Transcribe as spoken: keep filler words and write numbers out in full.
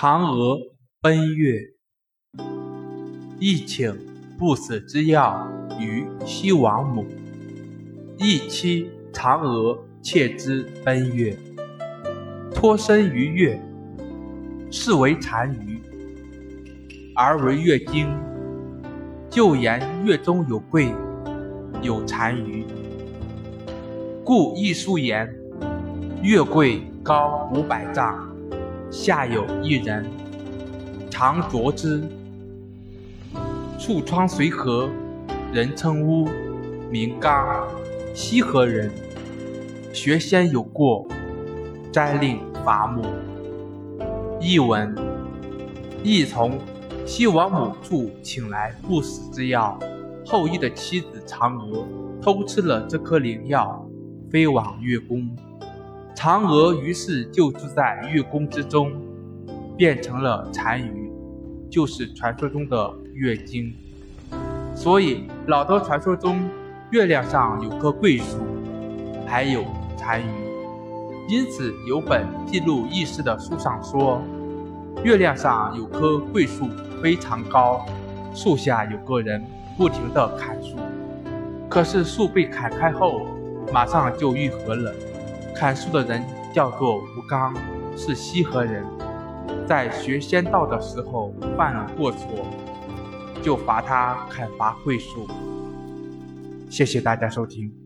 嫦娥奔月，亦请不死之药于西王母，亦期嫦娥切之奔月，脱身于月，是为单于，而为月经。就言月中有贵，有单于，故亦书言：月贵高五百丈，下有一人，常斫之。宿窗随和，人称巫，名刚，西河人。学仙有过，斋令伐木。译文：亦从西王母处请来不死之药，后羿的妻子嫦娥偷吃了这颗灵药，飞往月宫。嫦娥于是就住在月宫之中，变成了单于，就是传说中的月经。所以老的传说中，月亮上有棵桂树，还有单于。因此有本记录轶事的书上说，月亮上有棵桂树非常高，树下有个人不停地砍树，可是树被砍开后马上就愈合了。砍树的人叫做吴刚，是西河人，在学仙道的时候犯了过错，就罚他砍伐桂树。谢谢大家收听。